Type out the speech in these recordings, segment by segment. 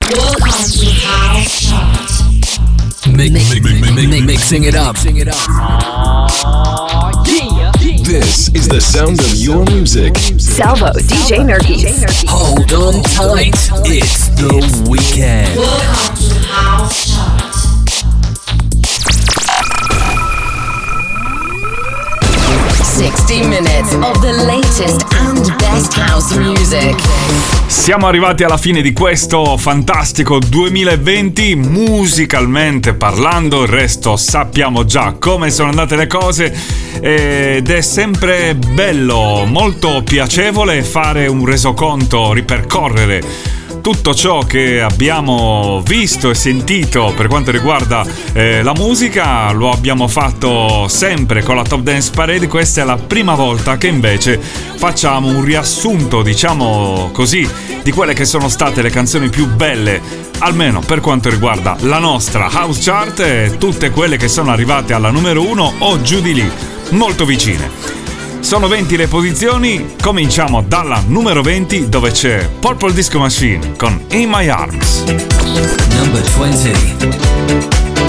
Mixing it up. This is the sound of your music. Salvo, DJ Nerkis. Hold on tight. It's the weekend. Welcome to House Chart. 60 minutes of the latest and best house music. Siamo arrivati alla fine di questo fantastico 2020, musicalmente parlando. Il resto sappiamo già come sono andate le cose ed è sempre bello, molto piacevole fare un resoconto, ripercorrere tutto ciò che abbiamo visto e sentito per quanto riguarda la musica. Lo abbiamo fatto sempre con la Top Dance Parade. Questa è la prima volta che invece facciamo un riassunto, diciamo così, di quelle che sono state le canzoni più belle, almeno per quanto riguarda la nostra House Chart, e tutte quelle che sono arrivate alla numero 1 o giù di lì, molto vicine. Sono 20 le posizioni, cominciamo dalla numero 20 dove c'è Purple Disco Machine con In My Arms. Number 20.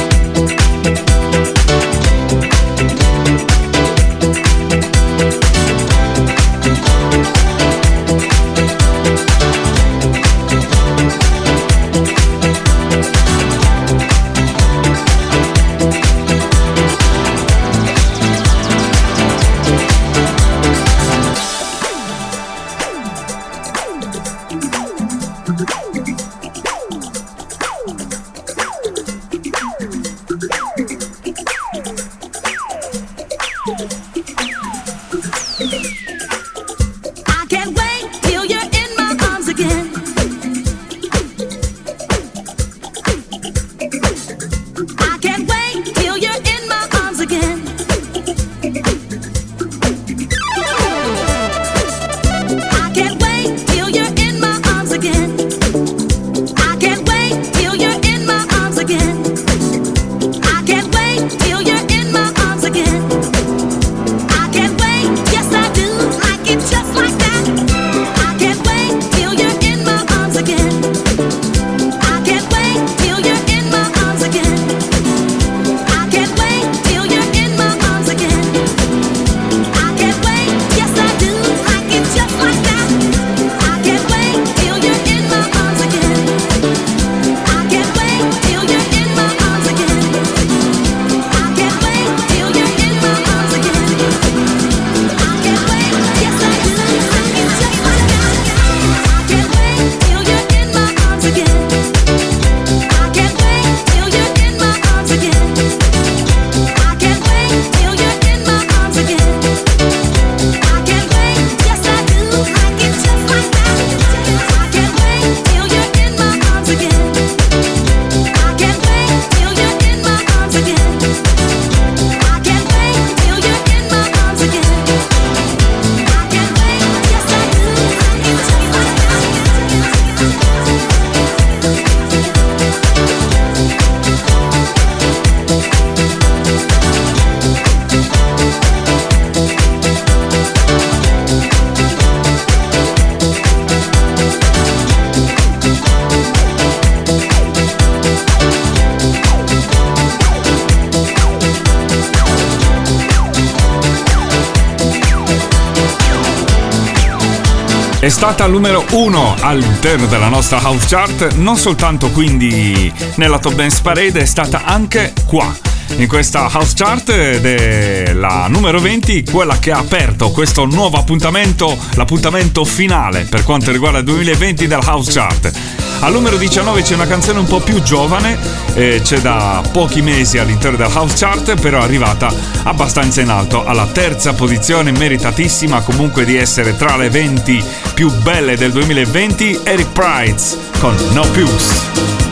È stata al numero 1 all'interno della nostra House Chart, non soltanto quindi nella Top Dance Parade, è stata anche qua in questa House Chart ed è la numero 20, quella che ha aperto questo nuovo appuntamento, l'appuntamento finale per quanto riguarda il 2020 della House Chart. Al numero 19 c'è una canzone un po' più giovane, c'è da pochi mesi all'interno della House Chart, però è arrivata abbastanza in alto, alla terza posizione, meritatissima comunque di essere tra le 20 più belle del 2020, Eric Prydz con No Peace.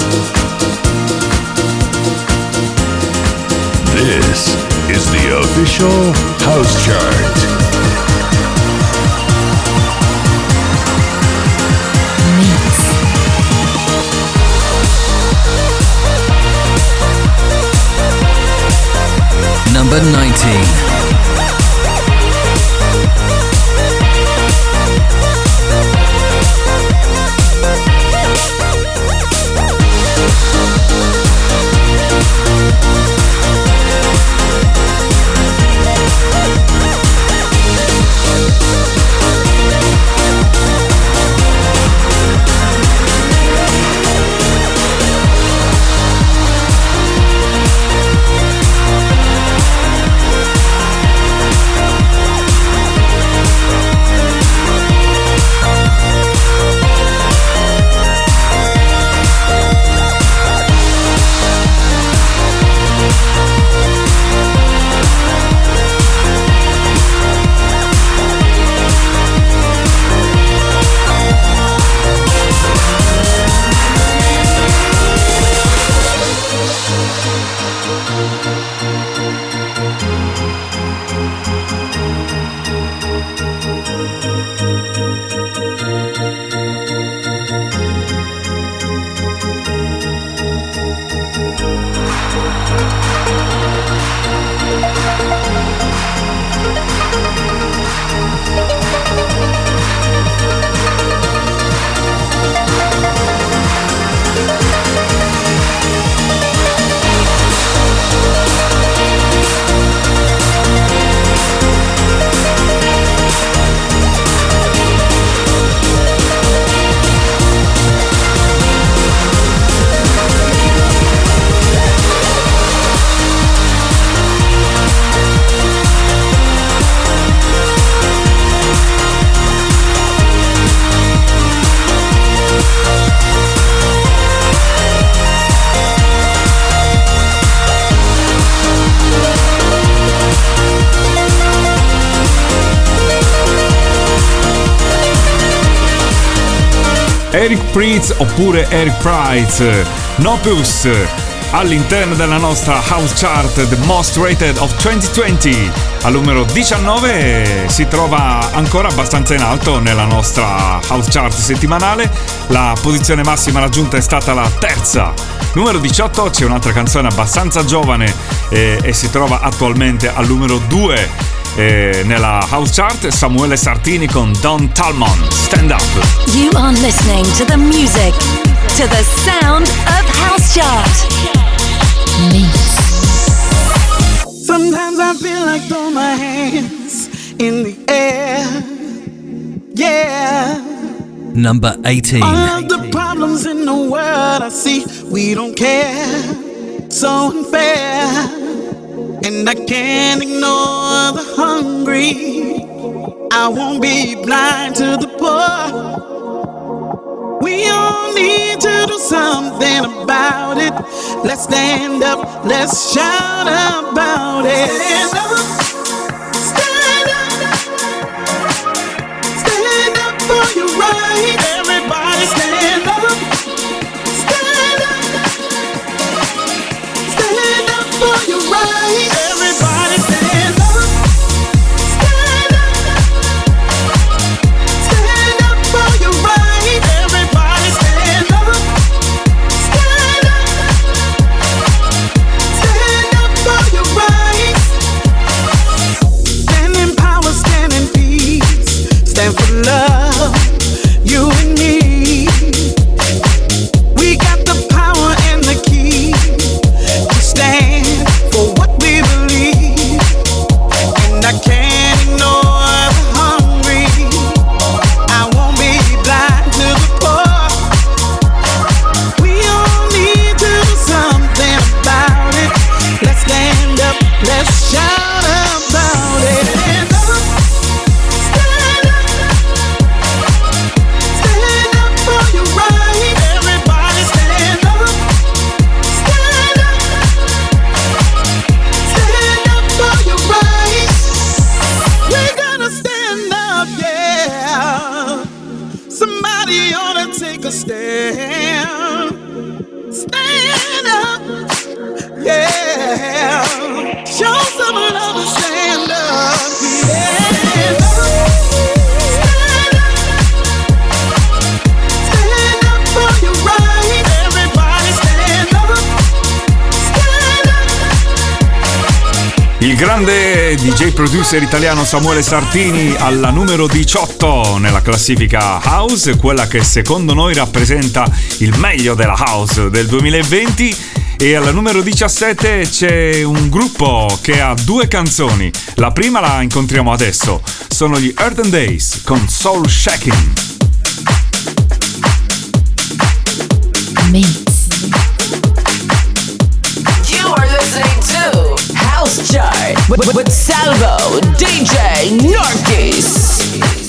This is the official House Chart. Number 19. Eric Prydz oppure Eric Prydz, Nopus, all'interno della nostra House Chart The Most Rated of 2020. Al numero 19 si trova ancora abbastanza in alto nella nostra House Chart settimanale. La posizione massima raggiunta è stata la terza. Numero 18 c'è un'altra canzone abbastanza giovane e si trova attualmente al numero 2 nella House Chart, Samuele Sartini con Don Talmon, Stand Up. You are listening to the music, to the sound of House Chart. Mix. Sometimes I feel like throw my hands in the air. Yeah. Number 18. All of the problems in the world I see, we don't care. So unfair. And I can't ignore the hungry. I won't be blind to the poor. We all need to do something about it. Let's stand up, let's shout about it. Stand up, stand up, stand up for your right. Everybody stand up, stand up, stand up for your right. Everybody stand up, stand up, stand up for your right. Everybody stand up, stand up, stand up for your right. Stand in power, stand in peace, stand for love, you and me. We got the power and the key to stand for what we believe. And I can't ignore the hungry. I won't be blind to the poor. We all need to do something about it. Let's stand up, let's shout about it. Stand up, stand up, stand up for your right. Everybody stand up, stand up, stand up for your right. We're gonna stand up, yeah. Somebody ought to take a stand. Stand up, yeah. Show some love and stand up, yeah. Stand up, stand up for your right. Everybody stand up, stand up. Il grande DJ producer italiano Samuele Sartini alla numero 18 nella classifica House, quella che secondo noi rappresenta il meglio della House del 2020. E alla numero 17 c'è un gruppo che ha due canzoni. La prima la incontriamo adesso, sono gli Earth and Days con Soul Shaking. Mix. You are listening to House Chart with Salvo DJ Narkis.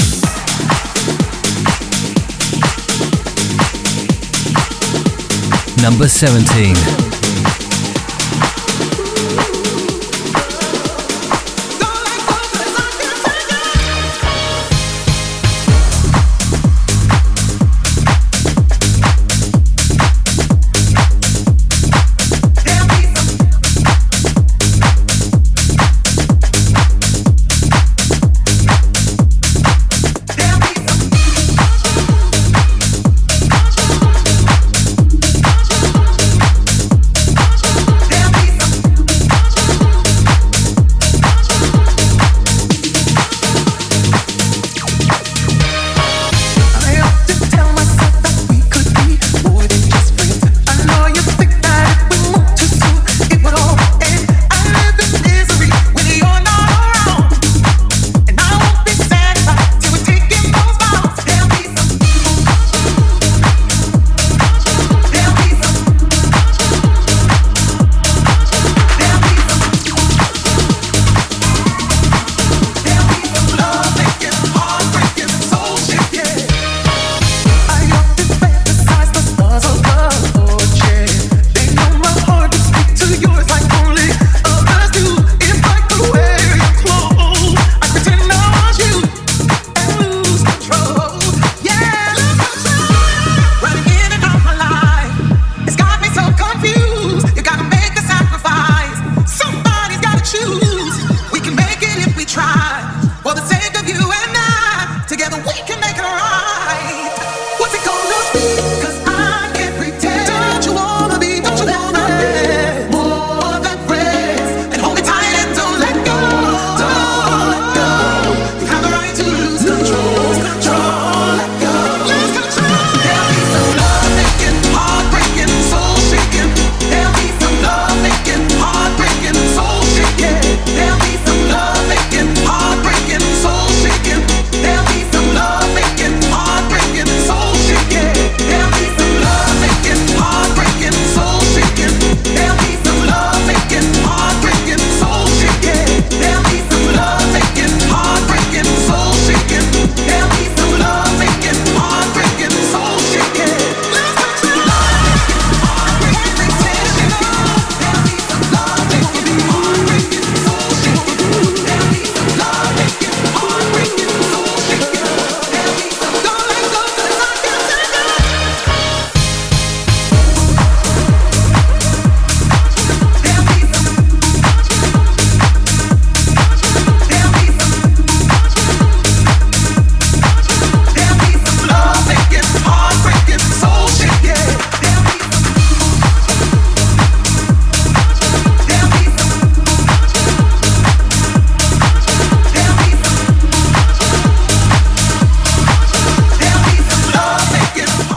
Number 17.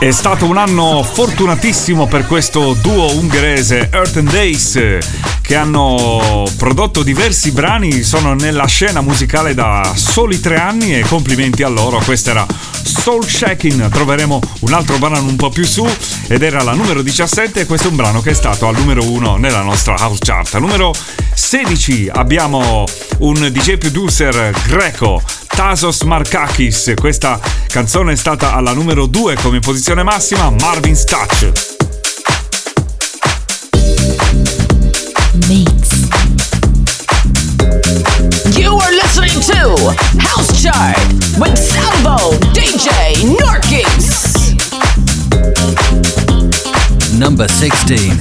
È stato un anno fortunatissimo per questo duo ungherese Earth and Days, che hanno prodotto diversi brani, sono nella scena musicale da soli 3 anni e complimenti a loro. Questa era Soul Shaking. Troveremo un altro brano un po' più su ed era la numero 17 e questo è un brano che è stato al numero 1 nella nostra house chart. Al numero 16 abbiamo un DJ producer greco, Tasos Markakis. Questa canzone è stata alla numero 2 come posizione massima, Marvin's Touch. Mix. You are listening to House Chart with Salvo DJ Norkis. Number 16.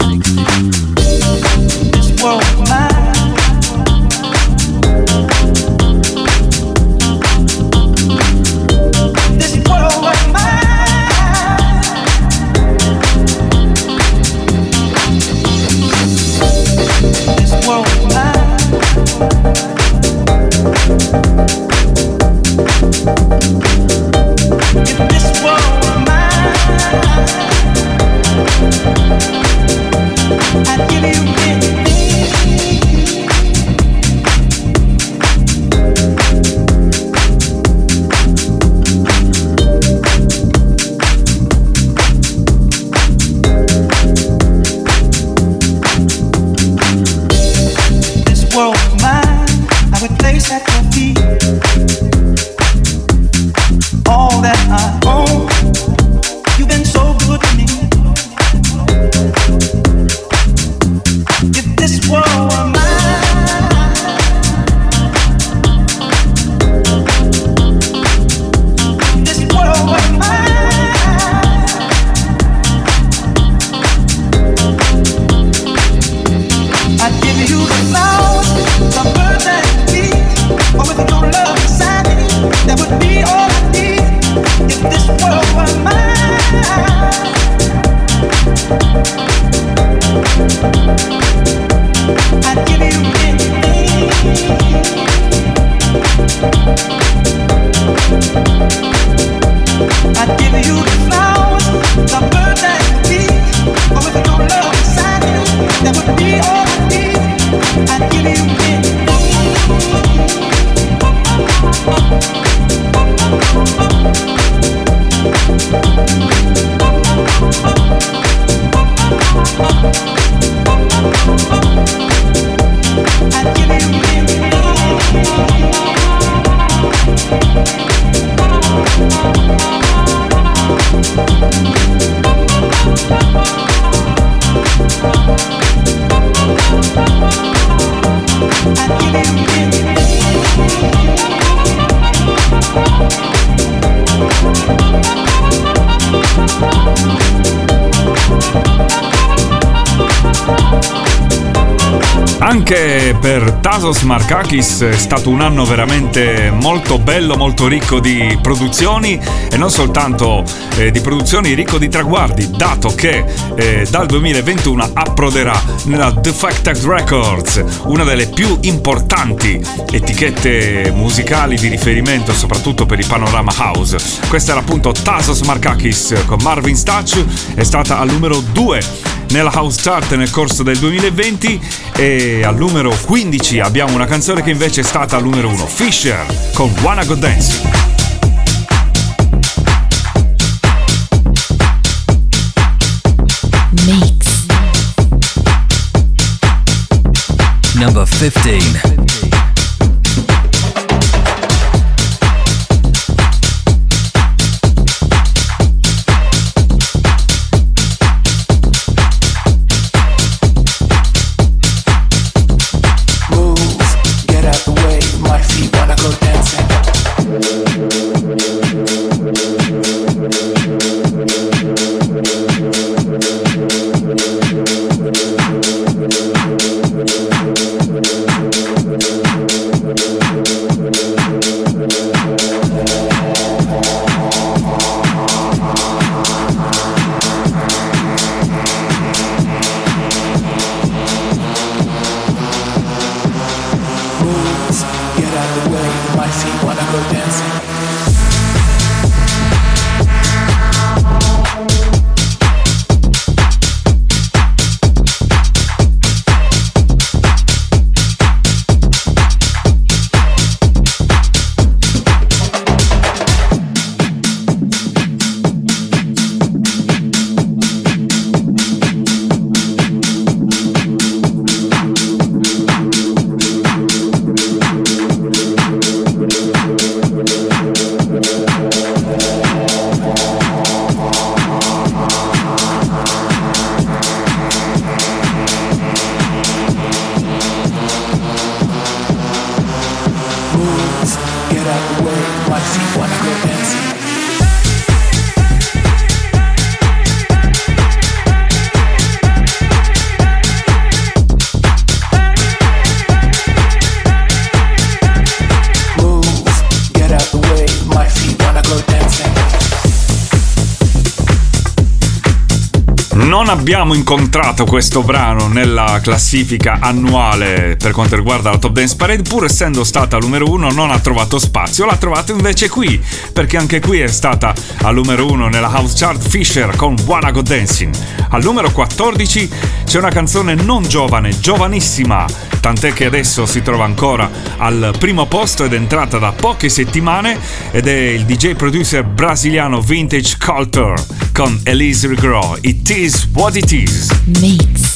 Anche per Tasos Markakis è stato un anno veramente molto bello, molto ricco di produzioni e non soltanto di produzioni, ricco di traguardi, dato che dal 2021 approderà nella Defected Records, una delle più importanti etichette musicali di riferimento soprattutto per il panorama house. Questa era appunto Tasos Markakis con Marvin's Touch, è stata al numero 2 nella house chart nel corso del 2020 e al numero 15 abbiamo una canzone che invece è stata al numero 1, Fisher con Wanna Go Dance. Mix. Number 15. Non abbiamo incontrato questo brano nella classifica annuale per quanto riguarda la Top Dance Parade, pur essendo stata numero 1 non ha trovato spazio, l'ha trovato invece qui, perché anche qui è stata al numero 1 nella House Chart Fisher con Wanna Go Dancing. Al numero 14 c'è una canzone non giovane, giovanissima, tant'è che adesso si trova ancora al primo posto ed è entrata da poche settimane, ed è il DJ producer brasiliano Vintage Culture con Elise Regro, It Is What It Is. Mix.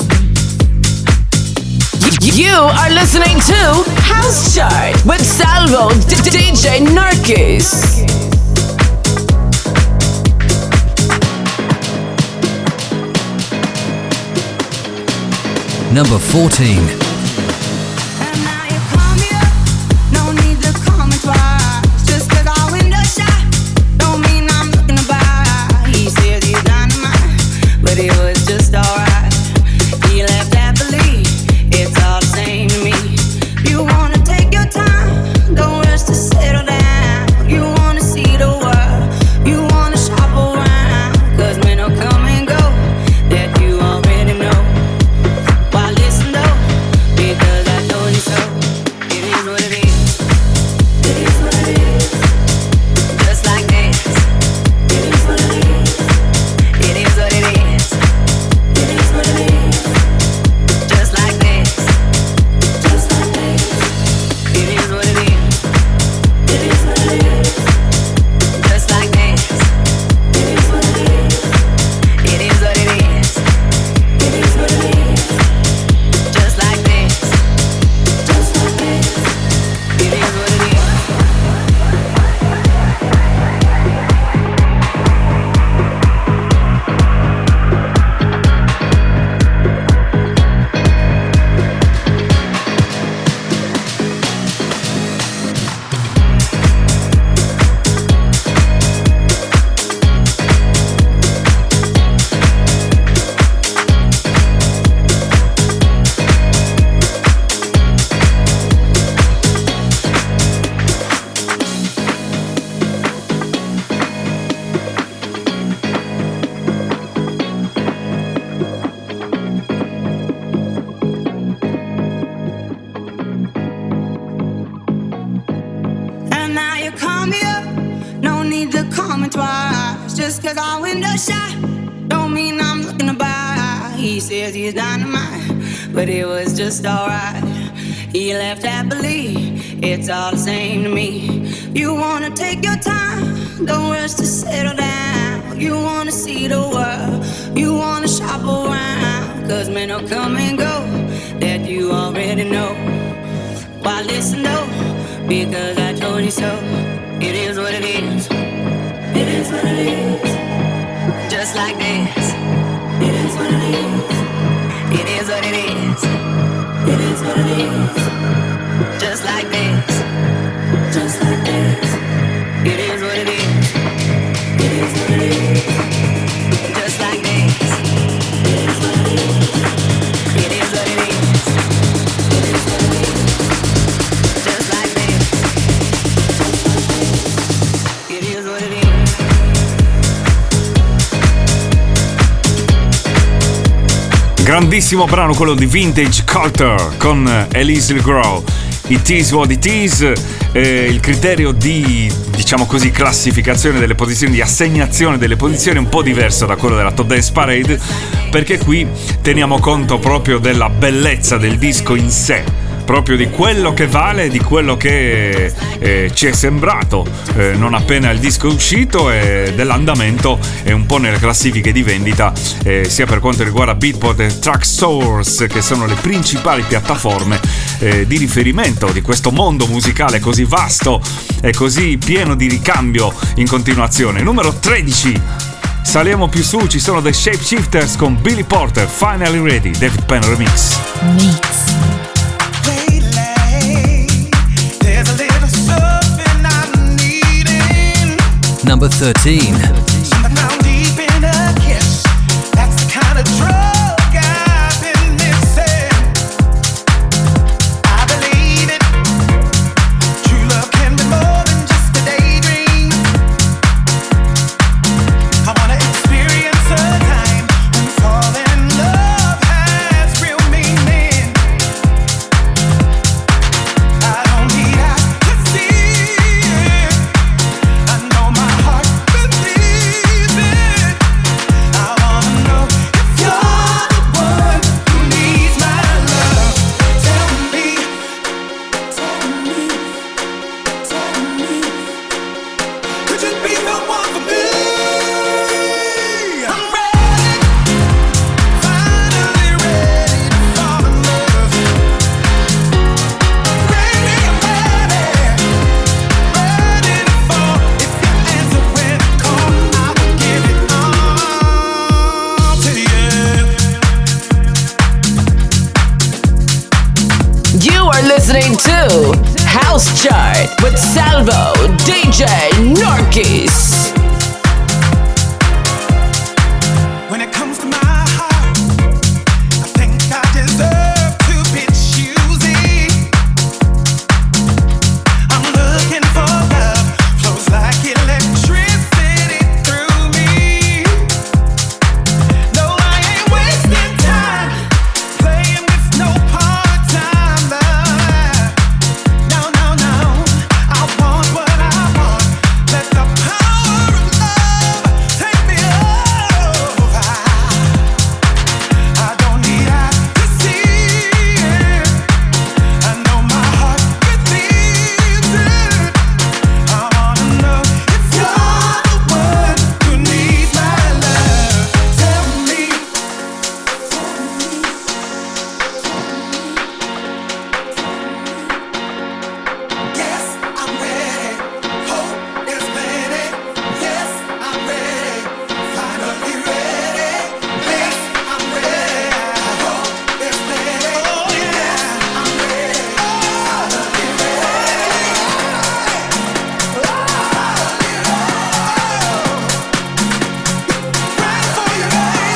You are listening to House Chart with Salvo DJ Narkis. Number 14. But it was just alright. He left happily, it's all the same to me. You wanna take your time, don't rush to settle down. You wanna see the world, you wanna shop around. Cause men will come and go, that you already know. Why listen though, because I told you so. It is what it is, it is what it is. Just like this, it is what it is. It is what it is. It is what it is. Just like this. Just like this. It is what it is. It is what it is. Just like this. It is what it is. It is what it is. It is what it is. Just like this. It is what it is. Grandissimo brano quello di Vintage Culture con Elise Legros, It Is What It Is. Il criterio di, diciamo così, classificazione delle posizioni, di assegnazione delle posizioni è un po' diverso da quello della Top Dance Parade, perché qui teniamo conto proprio della bellezza del disco in sé, proprio di quello che vale, di quello che ci è sembrato non appena il disco è uscito, e dell'andamento e un po' nelle classifiche di vendita, sia per quanto riguarda Beatport e Traxsource, che sono le principali piattaforme di riferimento di questo mondo musicale così vasto e così pieno di ricambio in continuazione. Numero 13. Saliamo più su, ci sono The Shapeshifters con Billy Porter, Finally Ready, David Penn Remix. Number 13. Falling are listening to House Chart with Salvo DJ Narkis. When it comes to my heart, I think I deserve to be choosy. I'm looking for love, flows like electricity through me. No, I ain't wasting time playing with no part-time love. No, no, no, I want what I want. Let the power of love take me over. I don't need eyes to see it. I know my heart believes it. I wanna know if you're the one who needs my love. Tell me. Yes, I'm ready. Hope is plenty. Yes, I'm ready. Finally ready. Yes, I'm ready. Hope is plenty. Oh yeah, I'm ready. Finally ready for you,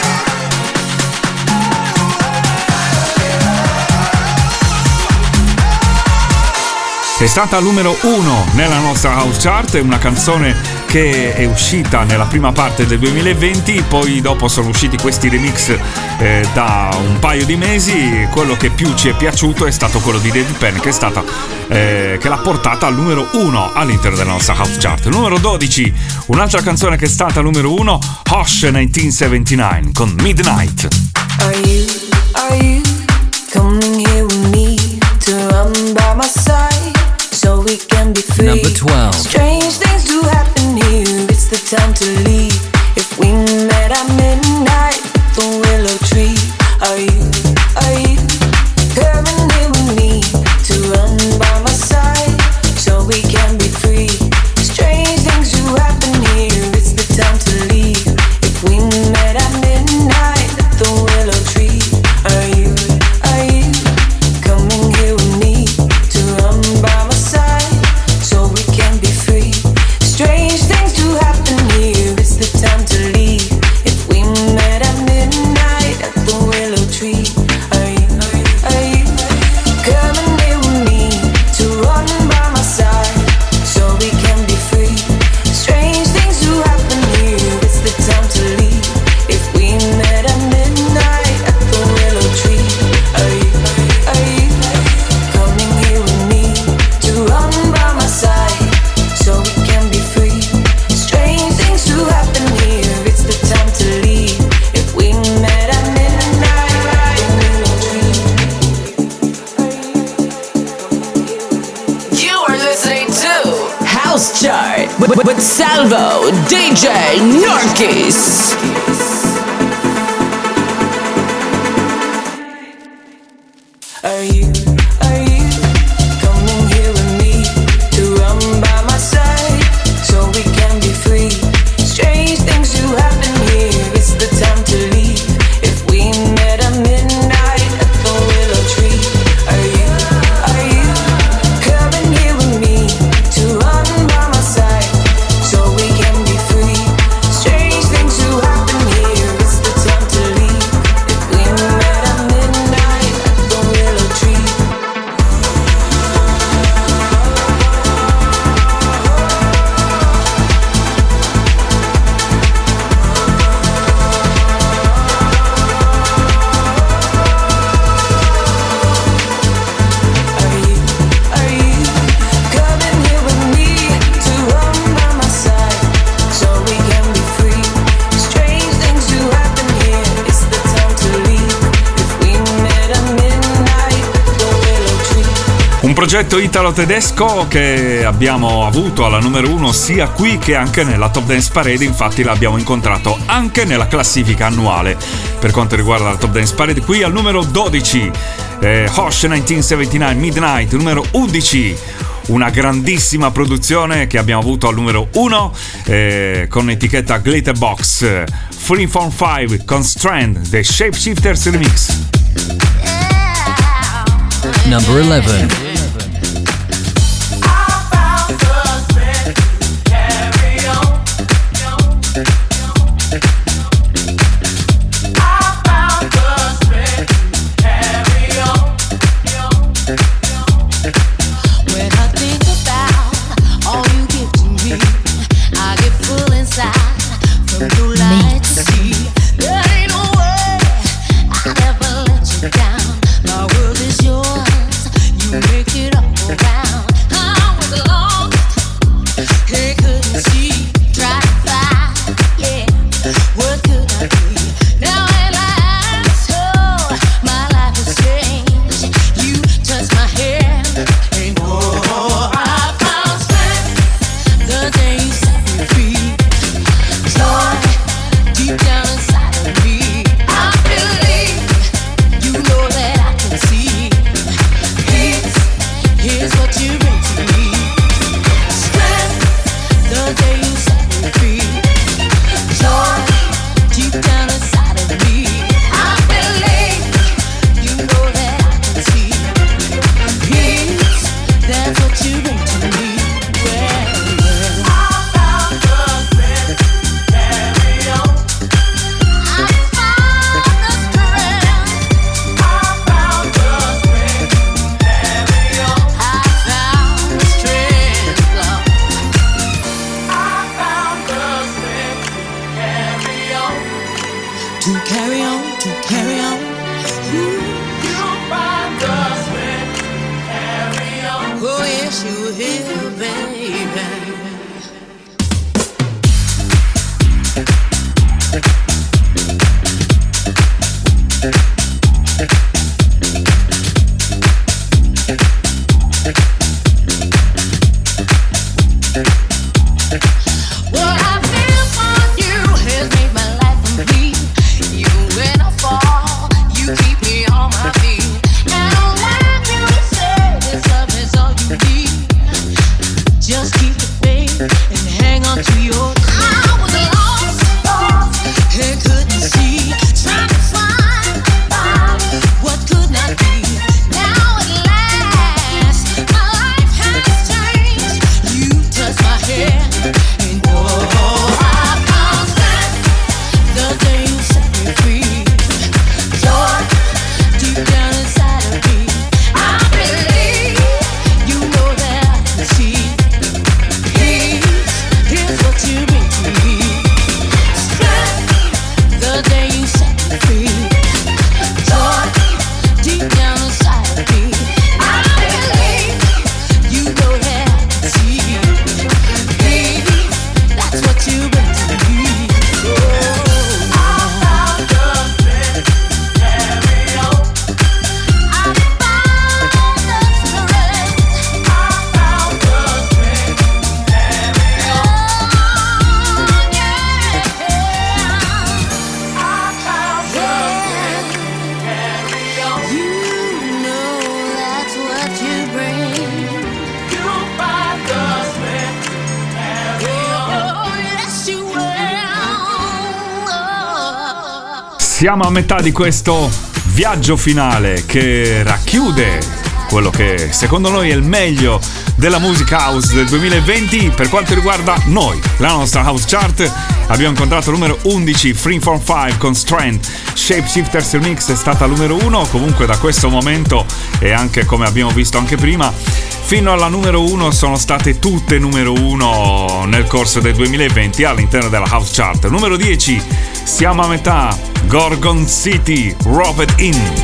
È stata numero 1 nella nostra house chart, è una canzone che è uscita nella prima parte del 2020, poi dopo sono usciti questi remix da un paio di mesi. Quello che più ci è piaciuto è stato quello di Lady Pen, che è stata che l'ha portata al numero 1 all'interno della nostra house chart. Numero 12, un'altra canzone che è stata numero 1, Hush 1979 con Midnight. Are you coming here with me to run by my side so we can be free? Number 12. Strange things do happen here, it's the time to leave. If we met at midnight, the willow tree. Are you coming here with me to run by my side so we can be free? Strange things do happen here, it's the time to leave. If we met at midnight, the willow tree. Are you coming here with me to run by my side so we can be free? Strange things do happen here, it's the time to leave. If we met at midnight at the willow tree. Are you coming here with me to run by my side so we can be free? Strange things do happen here, it's the time to leave. If we met at midnight at the willow tree. Are you coming here with me to run by my side so we can be free? Strange things do happen here, it's the time to leave. If we met at midnight at the willow tree. You are listening to House Chart with Salvo DJ Narkis. Are you coming here with me to run by my side so we can be free? Strange things do happen here, it's the time to leave. If we met at midnight at the willow tree. Are you coming here with me to run by my side so we can be free? Strange things do happen here, it's the time to leave. If we met at midnight at the willow tree. Are you coming here with me to run by my side so we can be free? Strange things do happen here, it's the time to leave. If we met at midnight at the willow tree. Un progetto italo-tedesco che abbiamo avuto alla numero 1 sia qui che anche nella Top Dance Parade, infatti l'abbiamo incontrato anche nella classifica annuale per quanto riguarda la Top Dance Parade. Qui al numero 12, Hush 1979 Midnight, numero 11. Una grandissima produzione che abbiamo avuto al numero 1 con etichetta Glitterbox, Free Form 5 con Strand, The Shapeshifters Remix. Number 11. Siamo a metà di questo viaggio finale che racchiude quello che secondo noi è il meglio della musica house del 2020 per quanto riguarda noi, la nostra house chart. Abbiamo incontrato il numero 11 Free From 5 con Strength. Shapeshifters Remix è stata numero 1. Comunque da questo momento, e anche come abbiamo visto anche prima, fino alla numero 1 sono state tutte numero 1 nel corso del 2020 all'interno della house chart. Numero 10, siamo a metà, Gorgon City, Rope It In.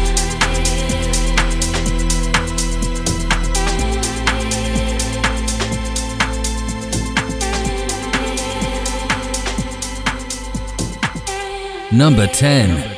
Number 10.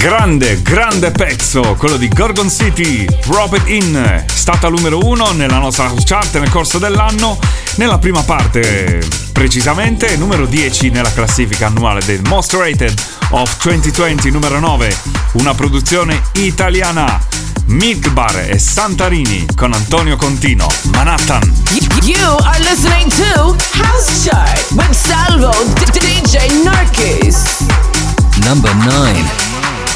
Grande pezzo, quello di Gorgon City, Drop It In, stata numero 1 nella nostra house chart nel corso dell'anno, nella prima parte precisamente, numero 10 nella classifica annuale del Most Rated of 2020, numero 9, una produzione italiana, Milk Bar e Santarini con Antonio Contino, Manhattan. You are listening to House Chart with Salvo DJ Narkis. Number 9.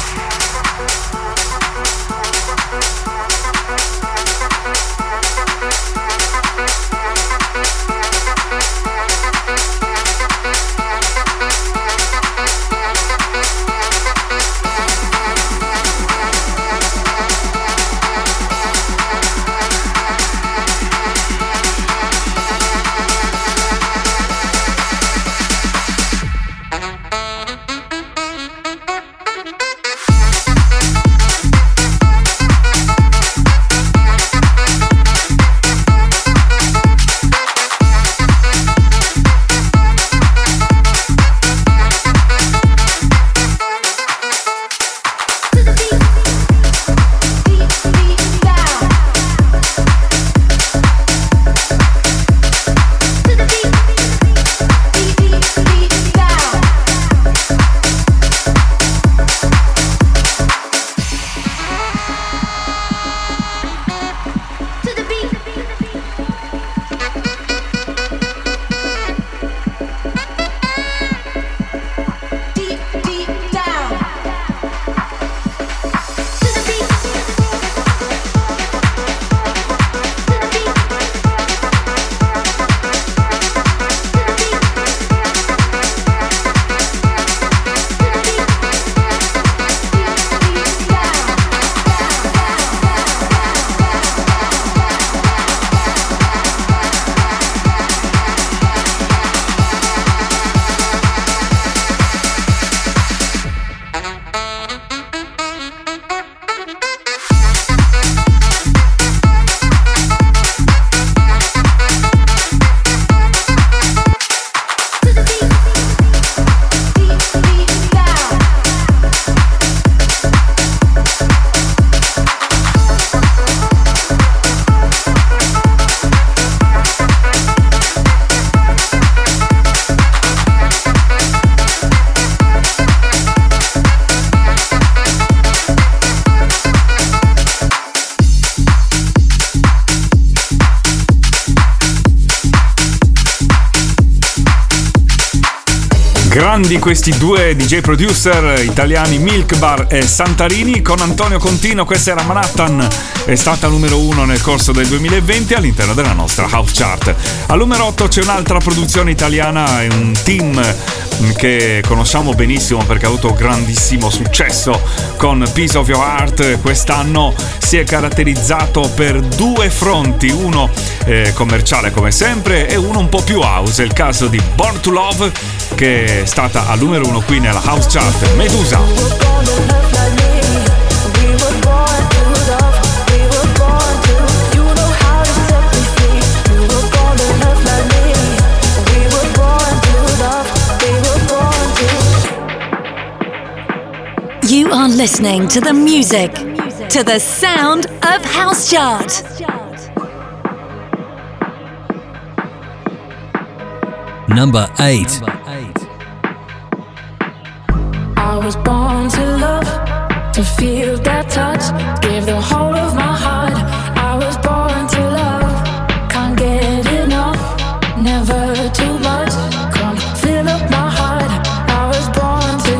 Grandi questi due DJ producer italiani, Milk Bar e Santarini con Antonio Contino. Questa era Manhattan, è stata numero 1 nel corso del 2020 all'interno della nostra house chart. Al numero 8 c'è un'altra produzione italiana, è un team che conosciamo benissimo perché ha avuto grandissimo successo con Piece of Your Heart. Quest'anno si è caratterizzato per due fronti, uno commerciale come sempre e uno un po' più house. È il caso di Born to Love, che è stata al numero 1 qui nella house chart. Medusa. You are listening to the music, to the sound of House Chart. Number 8. I was born to love, to feel that touch, give the whole of my heart. I was born to love, can't get enough, never too much. Come fill up my heart. I was born to.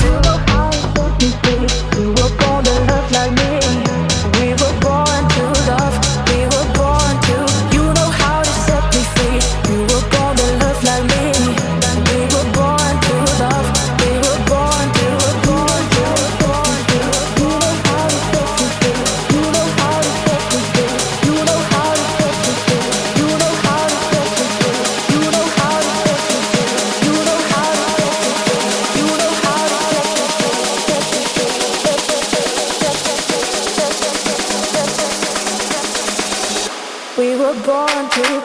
We were born to love like me. We were born to love. We were born to. You know how to set me free. You were born to love like me. We were born to love. We were born to. We were born to.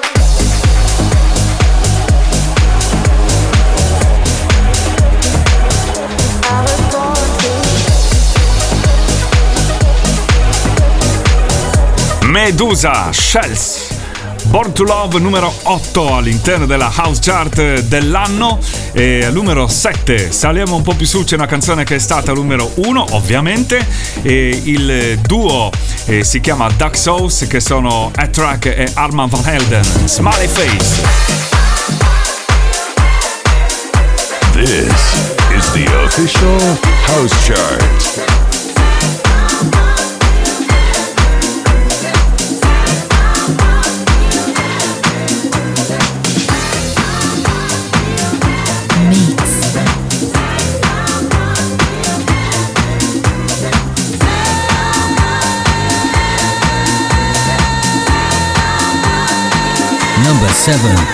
I was born to. Medusa, Shells. Born to Love numero 8 all'interno della House Chart dell'anno, e al numero 7 saliamo un po' più su, c'è una canzone che è stata numero 1 ovviamente, e il duo si chiama Duck Sauce, che sono A-Track e Armand Van Helden, Smiley Face. This is the official House Chart. Number 7.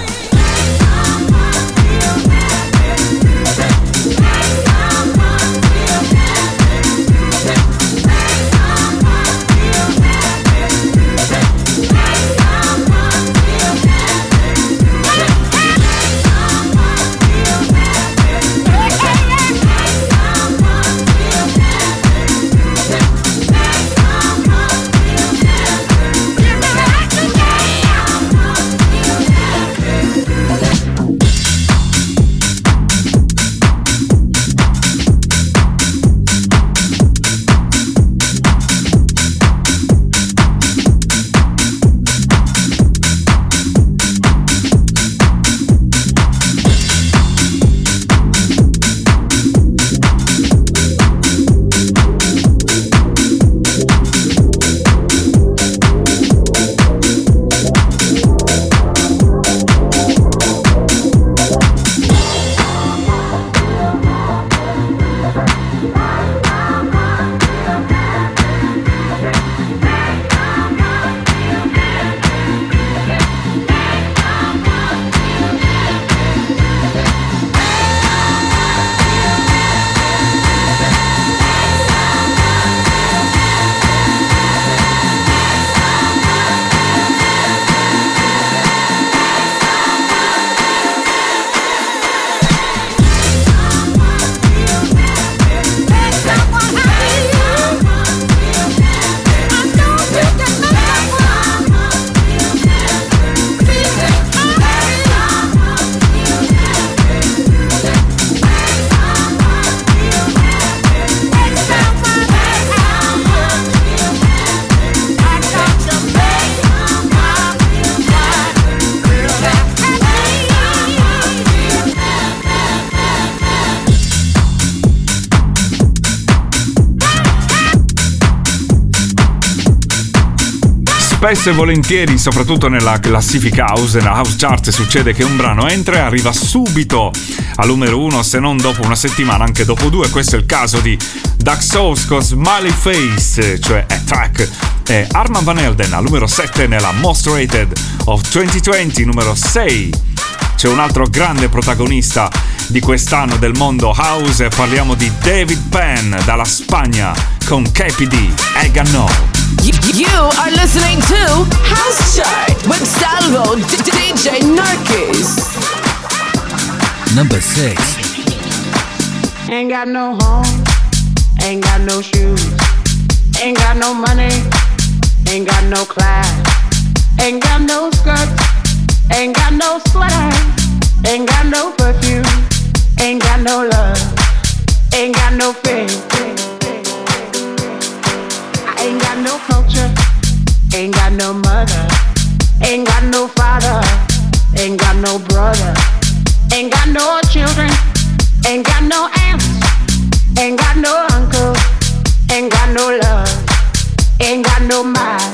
Spesso e volentieri, soprattutto nella classifica house, nella house chart, succede che un brano entra e arriva subito al numero 1, se non dopo una settimana, anche dopo 2. Questo è il caso di Duck Sauce con Smiley Face, cioè A-Track, e Armand Van Helden al numero 7 nella Most Rated of 2020, numero 6. C'è un altro grande protagonista di quest'anno del mondo house, e parliamo di David Penn dalla Spagna con KPD, I Got No. You are listening to House Chart with Salvo DJ Narkis. Number 6. Ain't got no home, ain't got no shoes, ain't got no money, ain't got no class, ain't got no skirts, ain't got no sweater, ain't got no perfume, ain't got no love, ain't got no faith. Ain't got no culture, ain't got no mother, ain't got no father, ain't got no brother, ain't got no children, ain't got no aunts, ain't got no uncle, ain't got no love, ain't got no mind.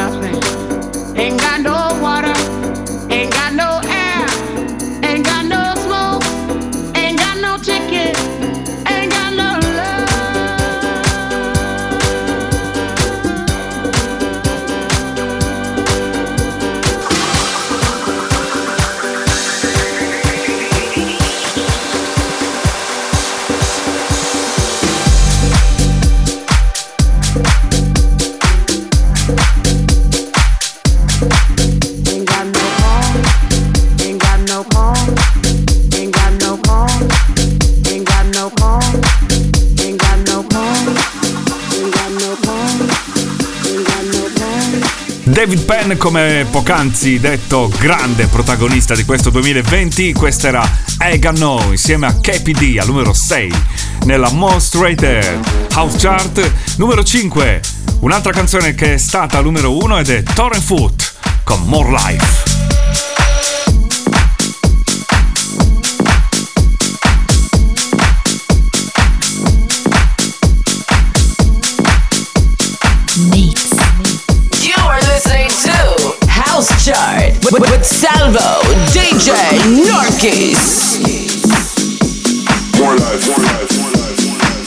nothing. Ain't got no water, ain't got no air, ain't got no smoke, ain't got no ticket, ain't got no love. David Penn, come poc'anzi detto, grande protagonista di questo 2020. Questa era I Got No insieme a KPD al numero 6 nella Most Rated House Chart. Numero 5, un'altra canzone che è stata numero 1 ed è Torn Foot con More Life. Chart with Salvo DJ Narkis. More life, more life, more life.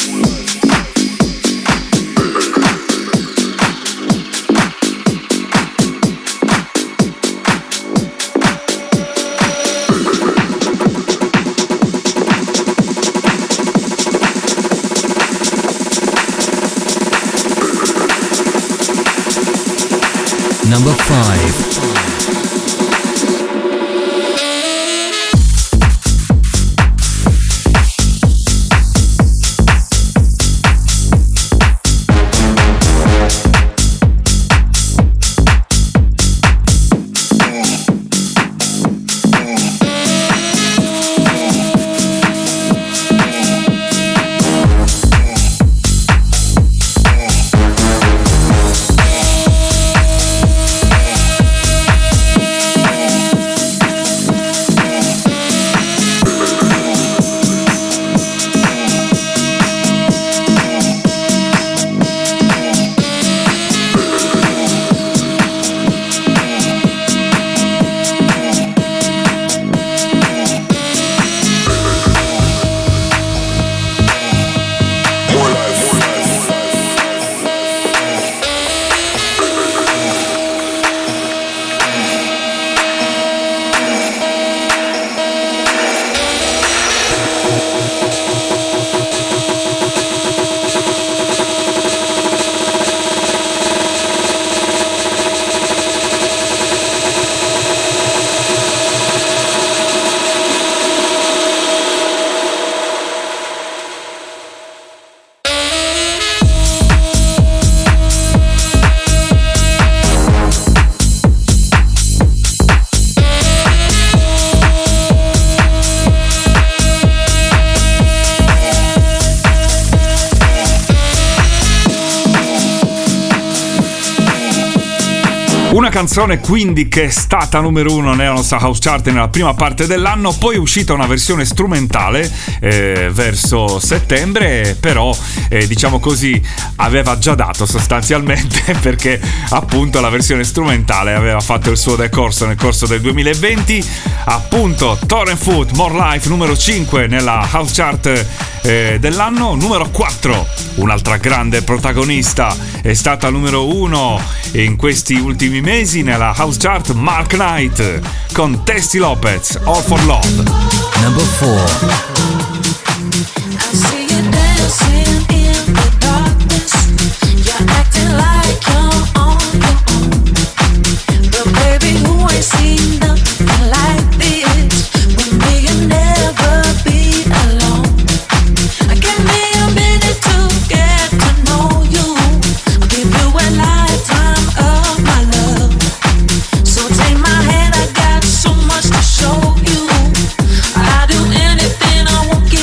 Number 5. Una canzone quindi che è stata numero 1 nella nostra House Chart nella prima parte dell'anno, poi è uscita una versione strumentale verso settembre, però diciamo così aveva già dato sostanzialmente, perché appunto la versione strumentale aveva fatto il suo decorso nel corso del 2020. Appunto Torn Foot, More Life, numero 5 nella House Chart dell'anno. Numero 4, un'altra grande protagonista, è stata numero 1 in questi ultimi mesi nella House Chart, Mark Knight con Testy Lopez, All for Love. Number 4. I do anything I won't give.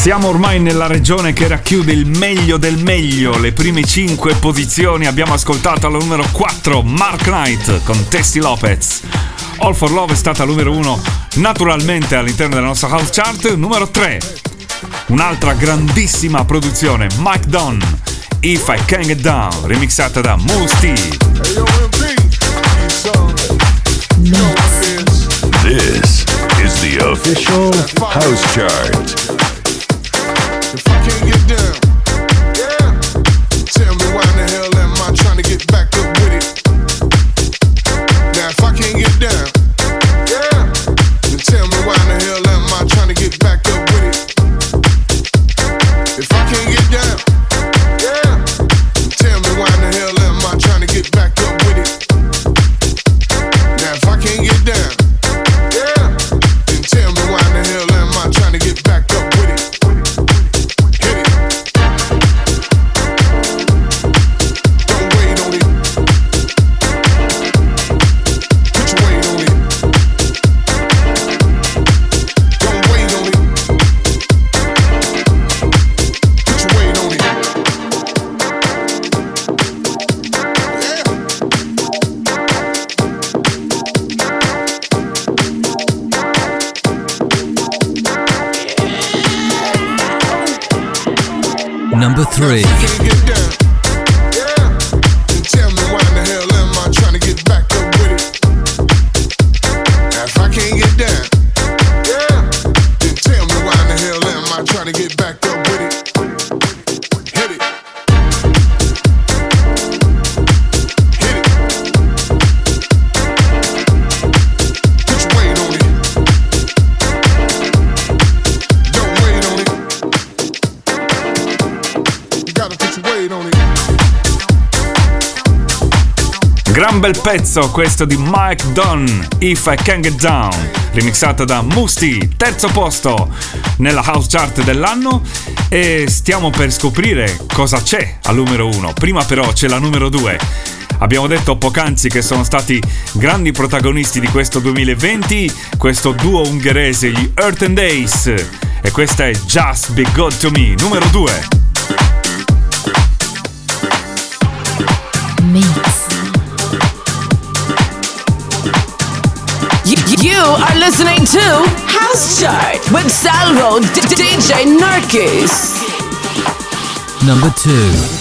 Siamo ormai nella regione che racchiude il meglio del meglio. Le prime 5 posizioni abbiamo ascoltato alla numero 4 Mark Knight con Tessie Lopez. All for Love è stata numero 1 naturalmente all'interno della nostra house chart. Numero 3, un'altra grandissima produzione, Mike Dunn, If I Can't Get Down, remixata da Moose T. This is the official house chart. If I can't get down, yeah, tell me why in the hell am I trying to get back up with it? Now if I can't get down, yeah, then tell me why in the hell am I trying to get back up with it? If I can't get down, yeah, then tell me why in the hell am I trying to get back up with it? Now if I can't get down, yeah, then tell me why in the hell am I trying to get back up with it? Number 3. Gran bel pezzo questo di Mike Dunn, If I Can't Get Down, remixata da Moose T, terzo posto nella house chart dell'anno, e stiamo per scoprire cosa c'è al numero 1. Prima però c'è la numero 2. Abbiamo detto poc'anzi che sono stati grandi protagonisti di questo 2020, questo duo ungherese, gli Earth and Days, e questa è Just Be Good To Me, numero 2. Mix. You are listening to House Chart with Salvo DJ Narkis. Number 2.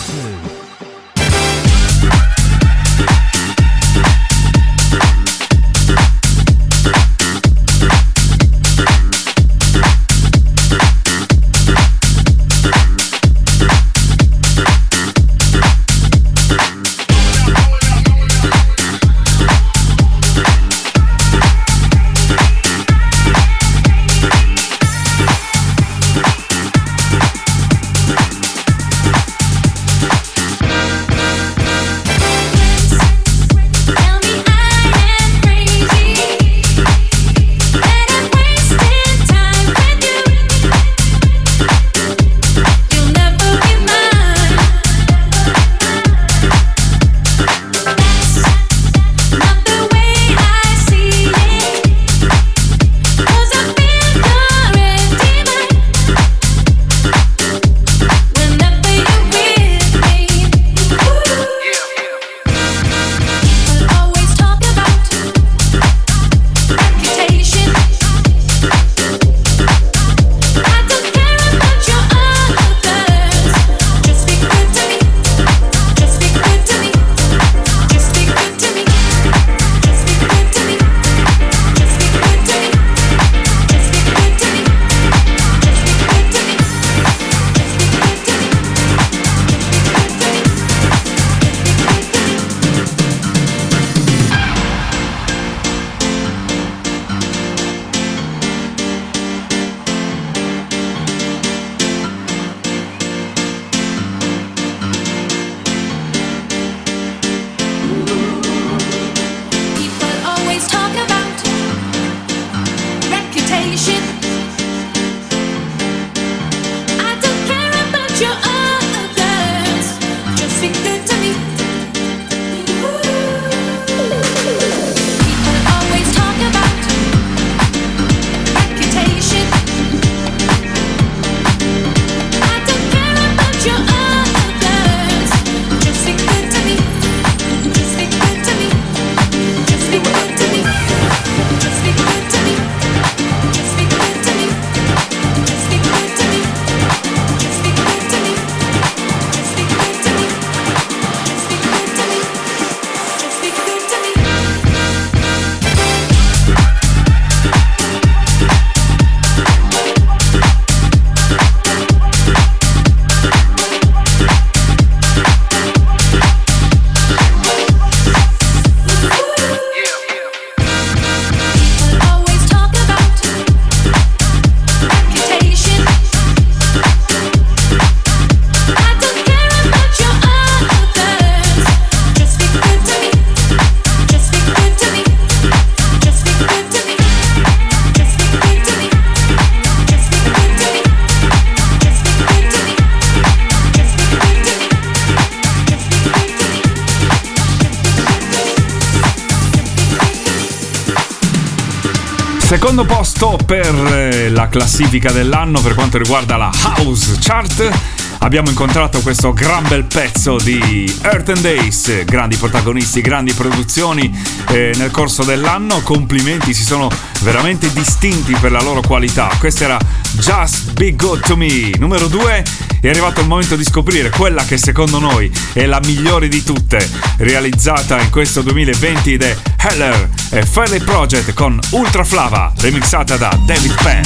Secondo posto per la classifica dell'anno per quanto riguarda la House Chart. Abbiamo incontrato questo gran bel pezzo di Earth and Days, grandi protagonisti, grandi produzioni nel corso dell'anno. Complimenti, si sono veramente distinti per la loro qualità. Questa era Just Be Good To Me. Numero 2, è arrivato il momento di scoprire quella che secondo noi è la migliore di tutte, realizzata in questo 2020, ed è Heller e Fairly Project con Ultra Flava, remixata da David Penn.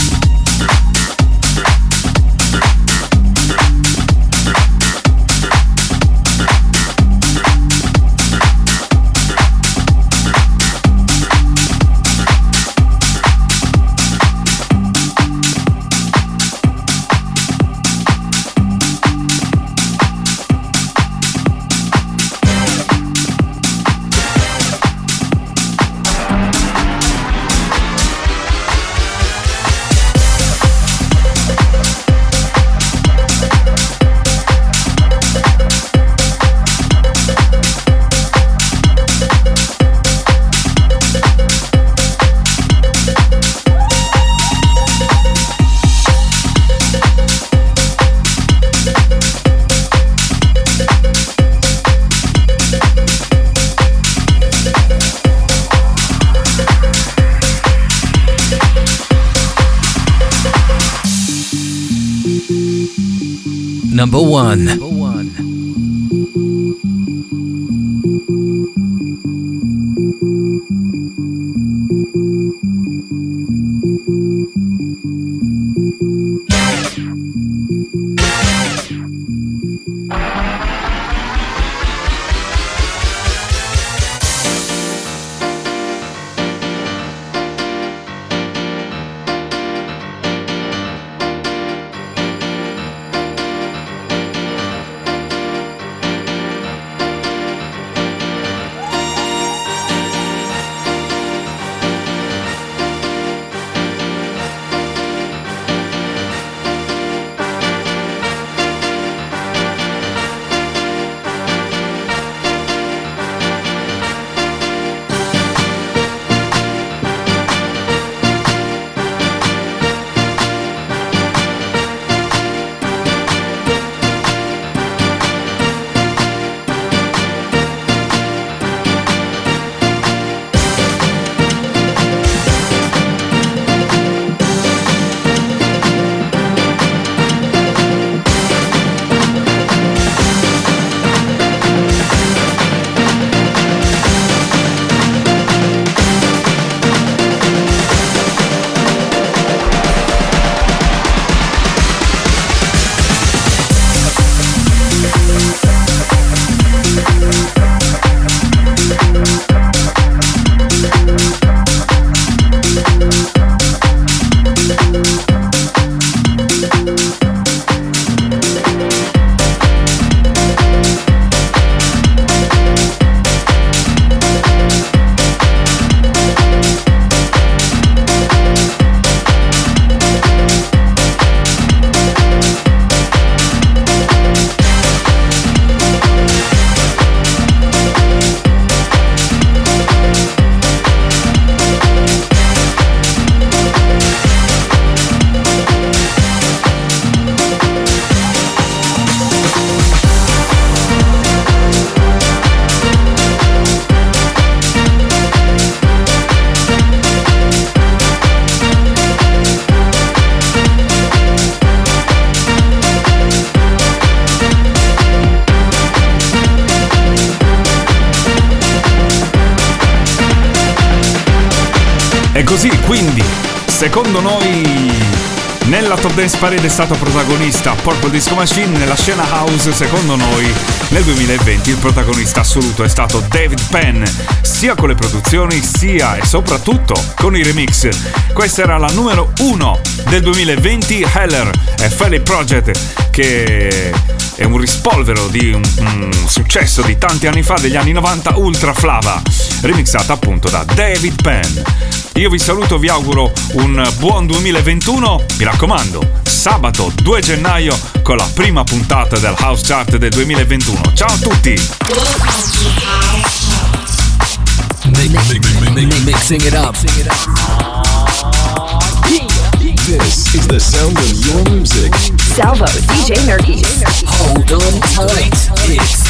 Number one. E così, quindi, secondo noi, nella Top Dance Parade è stato protagonista Purple Disco Machine. Nella scena house, secondo noi, nel 2020 il protagonista assoluto è stato David Penn, sia con le produzioni sia e soprattutto con i remix. Questa era la numero 1 del 2020, Heller e Fairly Project, che è un rispolvero di un successo di tanti anni fa, degli anni 90, Ultra Flava, remixata appunto da David Penn. Io vi saluto, vi auguro un buon 2021, mi raccomando, sabato 2 gennaio con la prima puntata del House Chart del 2021. Ciao a tutti! Mixing it up. This is the sound of your music. Salvo, DJ Nurkies. Hold on tight. It's